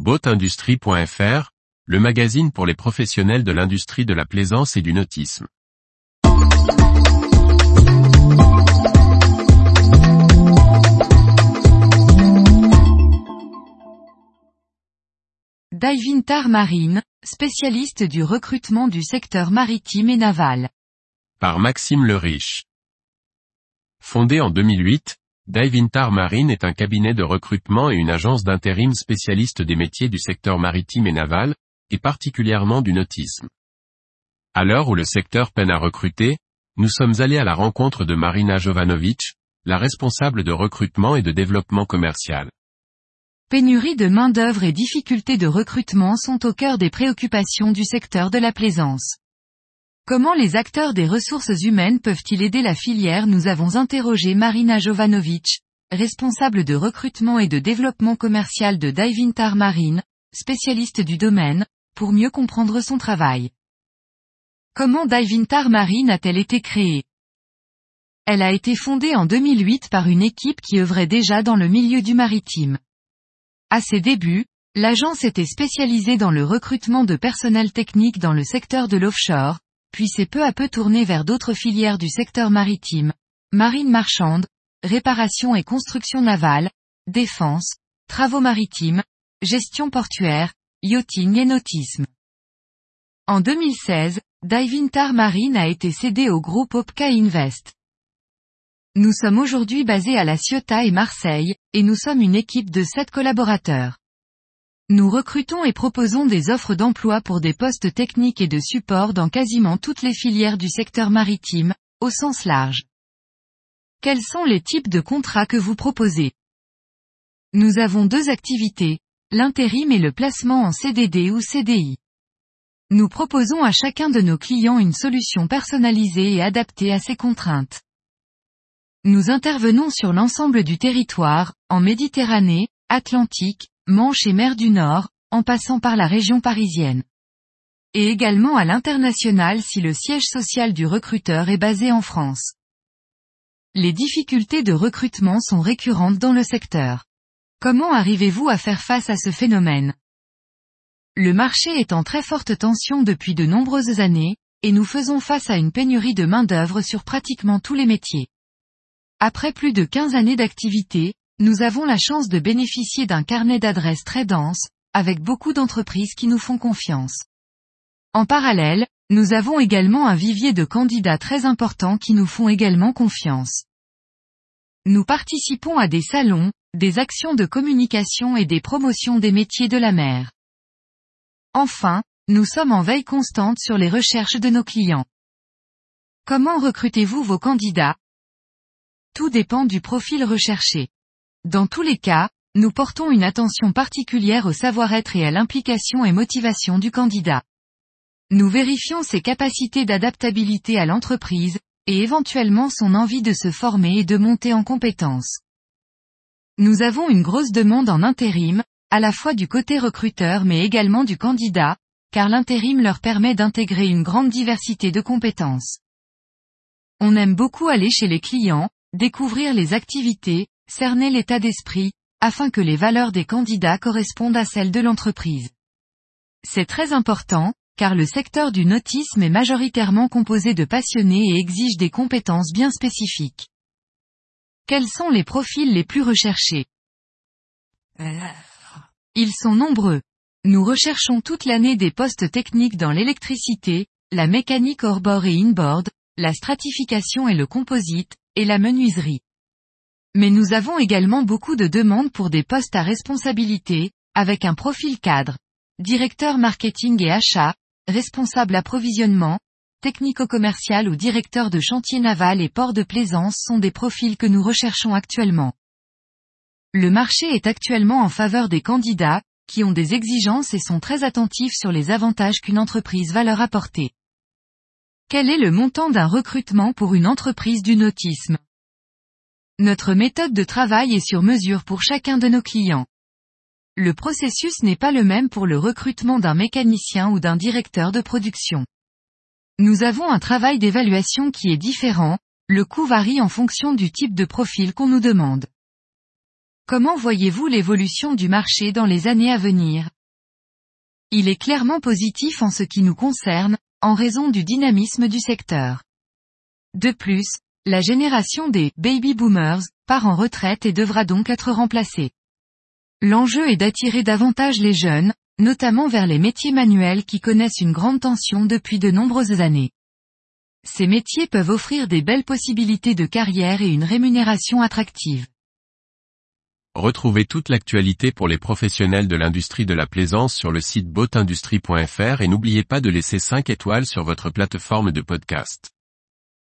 Boatindustrie.fr, le magazine pour les professionnels de l'industrie de la plaisance et du nautisme. Divintar Marine, spécialiste du recrutement du secteur maritime et naval. Par Maxime Leriche. Fondé en 2008, Divintar Marine est un cabinet de recrutement et une agence d'intérim spécialiste des métiers du secteur maritime et naval, et particulièrement du nautisme. À l'heure où le secteur peine à recruter, nous sommes allés à la rencontre de Marina Jovanovic, la responsable de recrutement et de développement commercial. Pénurie de main-d'œuvre et difficultés de recrutement sont au cœur des préoccupations du secteur de la plaisance. Comment les acteurs des ressources humaines peuvent-ils aider la filière? Nous avons interrogé Marina Jovanovic, responsable de recrutement et de développement commercial de Divintar Marine, spécialiste du domaine, pour mieux comprendre son travail. Comment Divintar Marine a-t-elle été créée? Elle a été fondée en 2008 par une équipe qui œuvrait déjà dans le milieu du maritime. À ses débuts, l'agence était spécialisée dans le recrutement de personnel technique dans le secteur de l'offshore, puis s'est peu à peu tournée vers d'autres filières du secteur maritime, marine marchande, réparation et construction navale, défense, travaux maritimes, gestion portuaire, yachting et nautisme. En 2016, Divintar Marine a été cédé au groupe Opca Invest. Nous sommes aujourd'hui basés à La Ciotat et Marseille, et nous sommes une équipe de 7 collaborateurs. Nous recrutons et proposons des offres d'emploi pour des postes techniques et de support dans quasiment toutes les filières du secteur maritime, au sens large. Quels sont les types de contrats que vous proposez? Nous avons 2 activités, l'intérim et le placement en CDD ou CDI. Nous proposons à chacun de nos clients une solution personnalisée et adaptée à ses contraintes. Nous intervenons sur l'ensemble du territoire, en Méditerranée, Atlantique, Manche et mer du Nord, en passant par la région parisienne. Et également à l'international si le siège social du recruteur est basé en France. Les difficultés de recrutement sont récurrentes dans le secteur. Comment arrivez-vous à faire face à ce phénomène? Le marché est en très forte tension depuis de nombreuses années, et nous faisons face à une pénurie de main-d'œuvre sur pratiquement tous les métiers. Après plus de 15 années d'activité, nous avons la chance de bénéficier d'un carnet d'adresses très dense, avec beaucoup d'entreprises qui nous font confiance. En parallèle, nous avons également un vivier de candidats très important qui nous font également confiance. Nous participons à des salons, des actions de communication et des promotions des métiers de la mer. Enfin, nous sommes en veille constante sur les recherches de nos clients. Comment recrutez-vous vos candidats? Tout dépend du profil recherché. Dans tous les cas, nous portons une attention particulière au savoir-être et à l'implication et motivation du candidat. Nous vérifions ses capacités d'adaptabilité à l'entreprise, et éventuellement son envie de se former et de monter en compétences. Nous avons une grosse demande en intérim, à la fois du côté recruteur mais également du candidat, car l'intérim leur permet d'intégrer une grande diversité de compétences. On aime beaucoup aller chez les clients, découvrir les activités, cerner l'état d'esprit, afin que les valeurs des candidats correspondent à celles de l'entreprise. C'est très important, car le secteur du nautisme est majoritairement composé de passionnés et exige des compétences bien spécifiques. Quels sont les profils les plus recherchés? Ils sont nombreux. Nous recherchons toute l'année des postes techniques dans l'électricité, la mécanique hors-bord et in-board, la stratification et le composite, et la menuiserie. Mais nous avons également beaucoup de demandes pour des postes à responsabilité, avec un profil cadre. Directeur marketing et achat, responsable approvisionnement, technico-commercial ou directeur de chantier naval et port de plaisance sont des profils que nous recherchons actuellement. Le marché est actuellement en faveur des candidats, qui ont des exigences et sont très attentifs sur les avantages qu'une entreprise va leur apporter. Quel est le montant d'un recrutement pour une entreprise du nautisme? Notre méthode de travail est sur mesure pour chacun de nos clients. Le processus n'est pas le même pour le recrutement d'un mécanicien ou d'un directeur de production. Nous avons un travail d'évaluation qui est différent, le coût varie en fonction du type de profil qu'on nous demande. Comment voyez-vous l'évolution du marché dans les années à venir? Il est clairement positif en ce qui nous concerne, en raison du dynamisme du secteur. De plus, la génération des « baby boomers » part en retraite et devra donc être remplacée. L'enjeu est d'attirer davantage les jeunes, notamment vers les métiers manuels qui connaissent une grande tension depuis de nombreuses années. Ces métiers peuvent offrir des belles possibilités de carrière et une rémunération attractive. Retrouvez toute l'actualité pour les professionnels de l'industrie de la plaisance sur le site boatindustrie.fr et n'oubliez pas de laisser 5 étoiles sur votre plateforme de podcast.